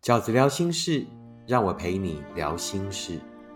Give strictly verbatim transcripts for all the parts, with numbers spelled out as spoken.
饺子聊心事，让我陪你聊心事。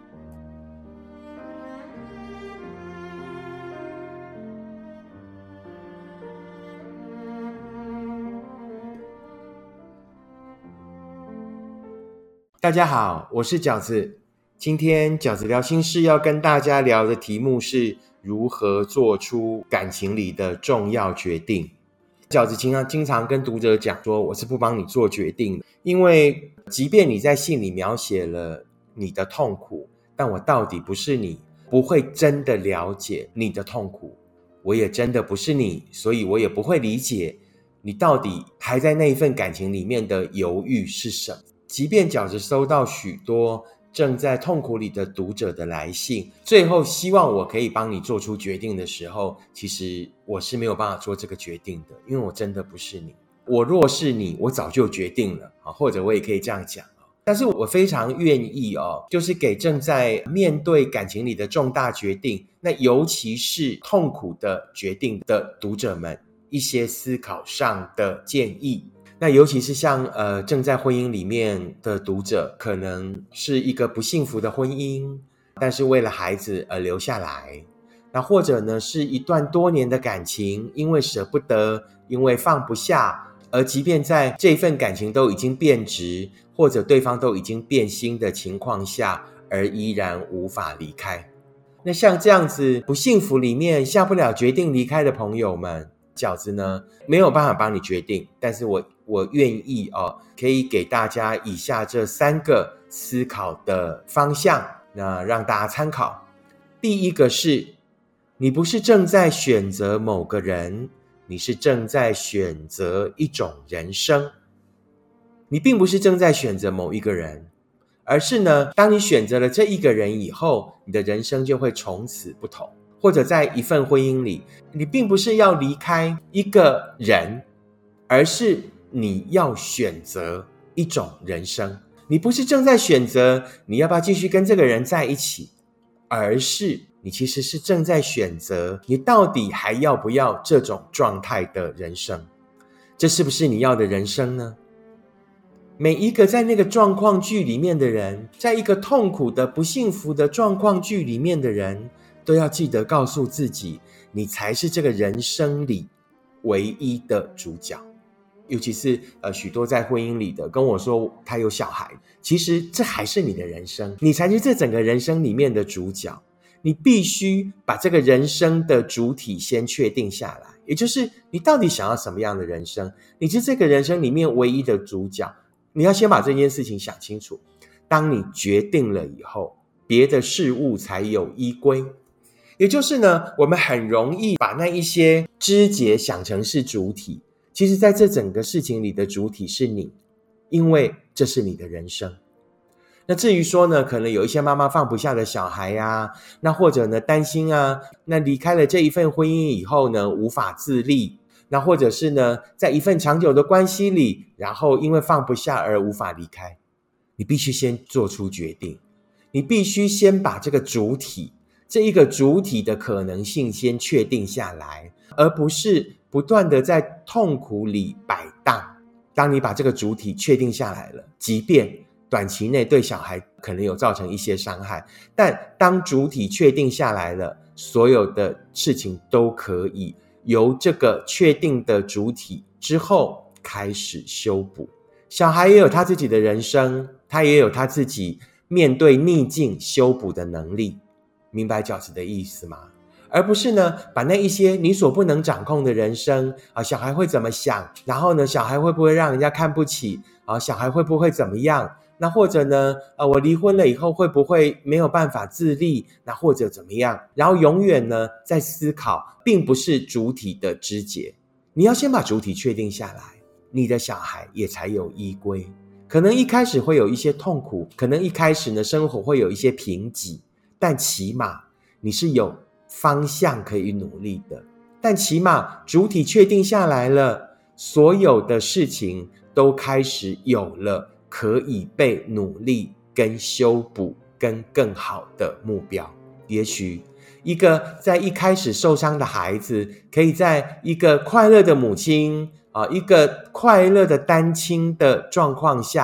大家好，我是饺子。今天饺子聊心事要跟大家聊的题目是如何做出感情里的重要决定。饺子经常经常跟读者讲说，我是不帮你做决定的，因为即便你在信里描写了你的痛苦，但我到底不是你，不会真的了解你的痛苦，我也真的不是你，所以我也不会理解你到底还在那一份感情里面的犹豫是什么。即便饺子收到许多正在痛苦里的读者的来信，最后希望我可以帮你做出决定的时候，其实我是没有办法做这个决定的，因为我真的不是你。我若是你，我早就决定了，或者我也可以这样讲。但是我非常愿意哦，就是给正在面对感情里的重大决定，那尤其是痛苦的决定的读者们一些思考上的建议。那尤其是像呃正在婚姻里面的读者，可能是一个不幸福的婚姻，但是为了孩子而留下来。那或者呢是一段多年的感情，因为舍不得，因为放不下，而即便在这份感情都已经变质，或者对方都已经变心的情况下，而依然无法离开。那像这样子不幸福里面下不了决定离开的朋友们，饺子呢没有办法帮你决定，但是我我愿意哦，可以给大家以下这三个思考的方向，那让大家参考。第一个是，你不是正在选择某个人，你是正在选择一种人生。你并不是正在选择某一个人，而是呢，当你选择了这一个人以后，你的人生就会从此不同。或者在一份婚姻里，你并不是要离开一个人，而是你要选择一种人生。你不是正在选择你要不要继续跟这个人在一起，而是你其实是正在选择你到底还要不要这种状态的人生。这是不是你要的人生呢？每一个在那个状况剧里面的人，在一个痛苦的不幸福的状况剧里面的人，都要记得告诉自己，你才是这个人生里唯一的主角。尤其是呃许多在婚姻里的跟我说他有小孩，其实这还是你的人生，你才是这整个人生里面的主角。你必须把这个人生的主体先确定下来，也就是你到底想要什么样的人生，你是这个人生里面唯一的主角。你要先把这件事情想清楚，当你决定了以后，别的事物才有依归。也就是呢，我们很容易把那一些枝节想成是主体，其实在这整个事情里的主体是你，因为这是你的人生。那至于说呢，可能有一些妈妈放不下的小孩啊，那或者呢担心啊，那离开了这一份婚姻以后呢无法自立，那或者是呢在一份长久的关系里，然后因为放不下而无法离开。你必须先做出决定，你必须先把这个主体，这一个主体的可能性先确定下来，而不是不断的在痛苦里摆荡。当你把这个主体确定下来了，即便短期内对小孩可能有造成一些伤害，但当主体确定下来了，所有的事情都可以由这个确定的主体之后开始修补。小孩也有他自己的人生，他也有他自己面对逆境修补的能力，明白饺子的意思吗？而不是呢把那一些你所不能掌控的人生啊，小孩会怎么想，然后呢小孩会不会让人家看不起啊，小孩会不会怎么样，那或者呢呃，我离婚了以后会不会没有办法自立，那或者怎么样，然后永远呢在思考并不是主体的枝节。你要先把主体确定下来，你的小孩也才有依归。可能一开始会有一些痛苦，可能一开始呢生活会有一些贫瘠，但起码你是有方向可以努力的，但起码主体确定下来了，所有的事情都开始有了可以被努力跟修补跟更好的目标。也许一个在一开始受伤的孩子，可以在一个快乐的母亲啊，一个快乐的单亲的状况下，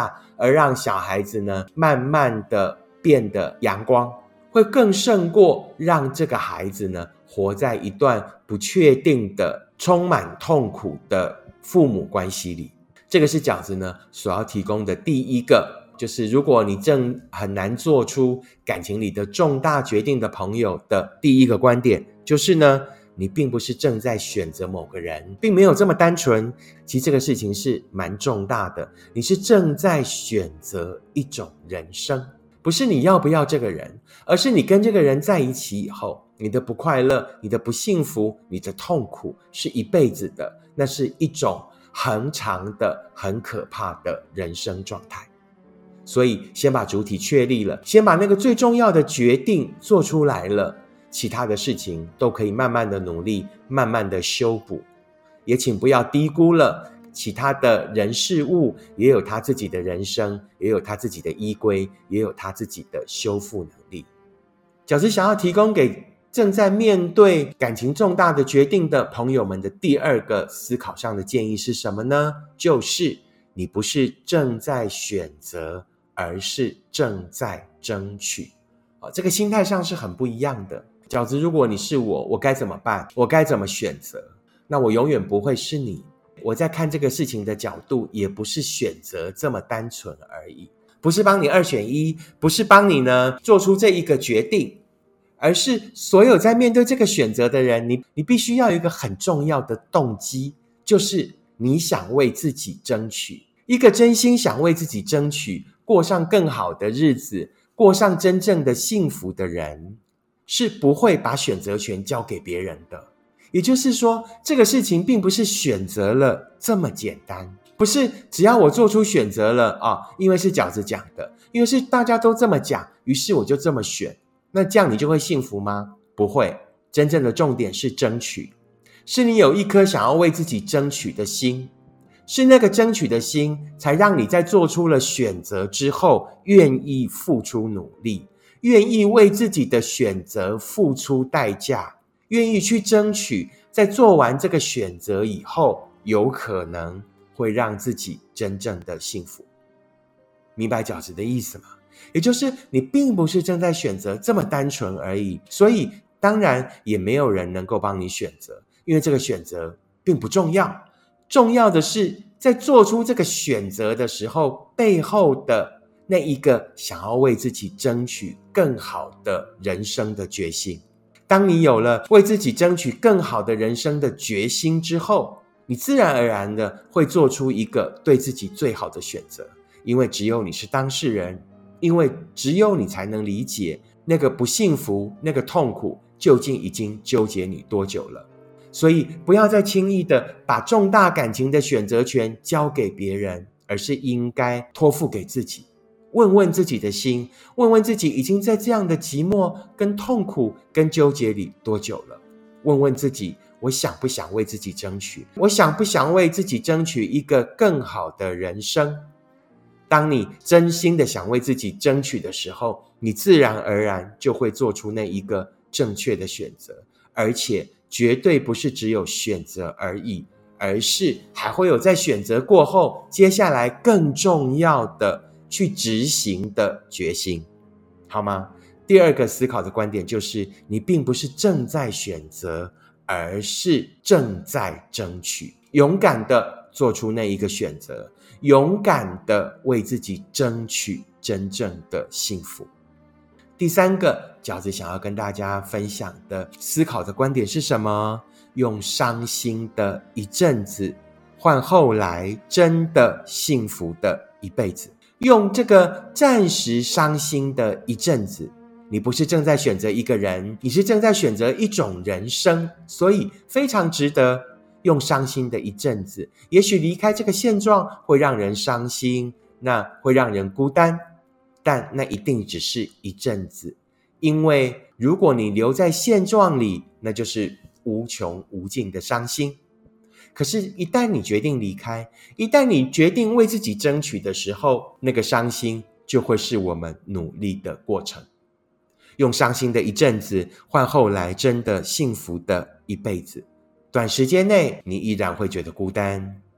而让小孩子呢慢慢的变得阳光，会更胜过让这个孩子呢活在一段不确定的充满痛苦的父母关系里。这个是饺子呢所要提供的第一个，就是如果你正很难做出感情里的重大决定的朋友的第一个观点，就是呢你并不是正在选择某个人，并没有这么单纯。其实这个事情是蛮重大的，你是正在选择一种人生，不是你要不要这个人，而是你跟这个人在一起以后，你的不快乐，你的不幸福，你的痛苦是一辈子的，那是一种很长的很可怕的人生状态。所以先把主体确立了，先把那个最重要的决定做出来了，其他的事情都可以慢慢的努力，慢慢的修补。也请不要低估了其他的人事物，也有他自己的人生，也有他自己的依归，也有他自己的修复能力。饺子想要提供给正在面对感情重大的决定的朋友们的第二个思考上的建议是什么呢？就是你不是正在选择，而是正在争取。哦，这个心态上是很不一样的。饺子，如果你是我，我该怎么办？我该怎么选择？那我永远不会是你。我在看这个事情的角度，也不是选择这么单纯而已，不是帮你二选一，不是帮你呢做出这一个决定，而是所有在面对这个选择的人，你你必须要有一个很重要的动机，就是你想为自己争取，一个真心想为自己争取，过上更好的日子，过上真正的幸福的人，是不会把选择权交给别人的。也就是说，这个事情并不是选择了这么简单，不是只要我做出选择了啊，因为是饺子讲的，因为是大家都这么讲，于是我就这么选，那这样你就会幸福吗？不会。真正的重点是争取，是你有一颗想要为自己争取的心，是那个争取的心才让你在做出了选择之后愿意付出努力，愿意为自己的选择付出代价，愿意去争取，在做完这个选择以后，有可能会让自己真正的幸福。明白饺子的意思吗？也就是你并不是正在选择这么单纯而已，所以当然也没有人能够帮你选择，因为这个选择并不重要。重要的是在做出这个选择的时候，背后的那一个想要为自己争取更好的人生的决心。当你有了为自己争取更好的人生的决心之后，你自然而然的会做出一个对自己最好的选择，因为只有你是当事人，因为只有你才能理解那个不幸福，那个痛苦究竟已经纠结你多久了。所以不要再轻易的把重大感情的选择权交给别人，而是应该托付给自己，问问自己的心，问问自己已经在这样的寂寞跟痛苦跟纠结里多久了，问问自己，我想不想为自己争取，我想不想为自己争取一个更好的人生。当你真心的想为自己争取的时候，你自然而然就会做出那一个正确的选择，而且绝对不是只有选择而已，而是还会有在选择过后接下来更重要的去执行的决心，好吗？第二个思考的观点就是，你并不是正在选择，而是正在争取。勇敢的做出那一个选择，勇敢的为自己争取真正的幸福。第三个，饺子想要跟大家分享的思考的观点是什么？用伤心的一阵子换后来真的幸福的一辈子。用这个暂时伤心的一阵子，你不是正在选择一个人，你是正在选择一种人生，所以非常值得用伤心的一阵子。也许离开这个现状会让人伤心，那会让人孤单，但那一定只是一阵子，因为如果你留在现状里，那就是无穷无尽的伤心。可是一旦你决定离开，一旦你决定为自己争取的时候，那个伤心就会是我们努力的过程。用伤心的一阵子换后来真的幸福的一辈子。短时间内你依然会觉得孤单，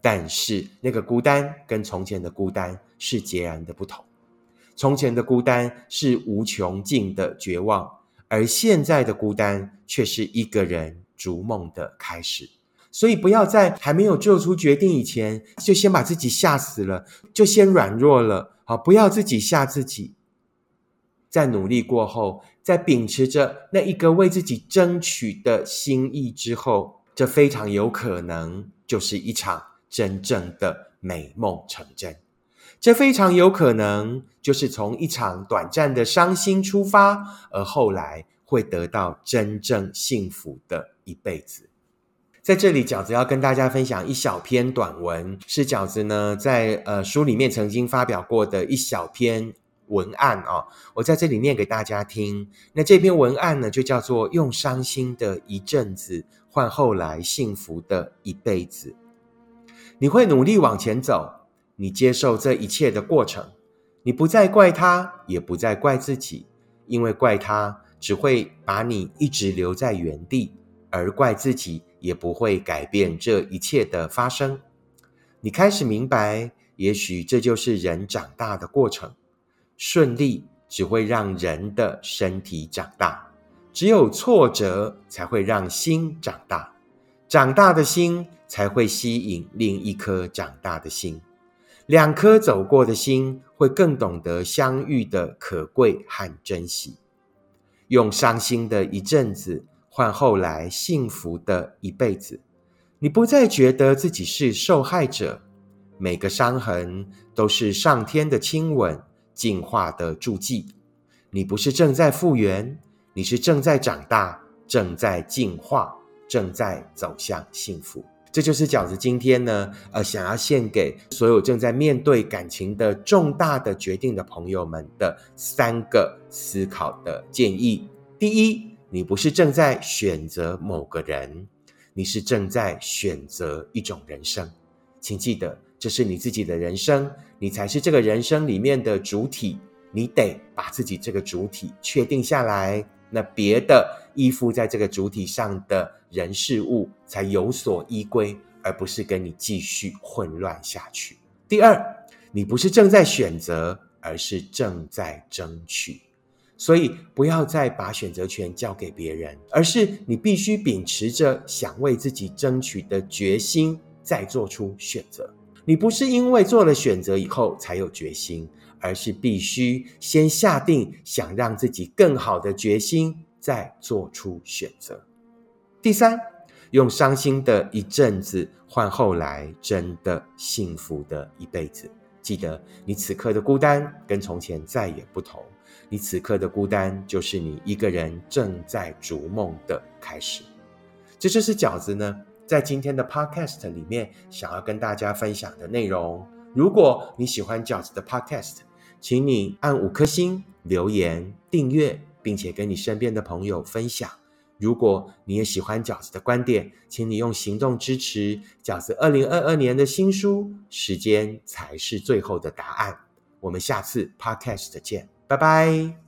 但是那个孤单跟从前的孤单是截然的不同。从前的孤单是无穷尽的绝望，而现在的孤单却是一个人逐梦的开始。所以不要在还没有做出决定以前就先把自己吓死了，就先软弱了。好，不要自己吓自己。在努力过后，在秉持着那一个为自己争取的心意之后，这非常有可能就是一场真正的美梦成真。这非常有可能就是从一场短暂的伤心出发，而后来会得到真正幸福的一辈子。在这里饺子要跟大家分享一小篇短文，是饺子呢在呃书里面曾经发表过的一小篇文案哦，我在这里念给大家听。那这篇文案呢就叫做用伤心的一阵子换后来幸福的一辈子。你会努力往前走，你接受这一切的过程，你不再怪他，也不再怪自己，因为怪他只会把你一直留在原地，而怪自己也不会改变这一切的发生。你开始明白，也许这就是人长大的过程。顺利只会让人的身体长大，只有挫折才会让心长大，长大的心才会吸引另一颗长大的心。两颗走过的心会更懂得相遇的可贵和珍惜。用伤心的一阵子换后来幸福的一辈子。你不再觉得自己是受害者，每个伤痕都是上天的亲吻，进化的注记。你不是正在复原，你是正在长大，正在进化，正在走向幸福。这就是饺子今天呢，呃，想要献给所有正在面对感情的重大的决定的朋友们的三个思考的建议。第一，你不是正在选择某个人，你是正在选择一种人生。请记得，这是你自己的人生，你才是这个人生里面的主体，你得把自己这个主体确定下来，那别的依附在这个主体上的人事物才有所依归，而不是跟你继续混乱下去。第二，你不是正在选择，而是正在争取。所以不要再把选择权交给别人，而是你必须秉持着想为自己争取的决心再做出选择。你不是因为做了选择以后才有决心，而是必须先下定想让自己更好的决心，再做出选择。第三，用伤心的一阵子换后来真的幸福的一辈子。记得，你此刻的孤单跟从前再也不同，你此刻的孤单就是你一个人正在逐梦的开始。这就是饺子呢在今天的 podcast 里面想要跟大家分享的内容。如果你喜欢饺子的 podcast， 请你按五颗星、留言、订阅，并且跟你身边的朋友分享。如果你也喜欢饺子的观点，请你用行动支持饺子二零二二年的新书《时间才是最后的答案》。我们下次 podcast 见，拜拜。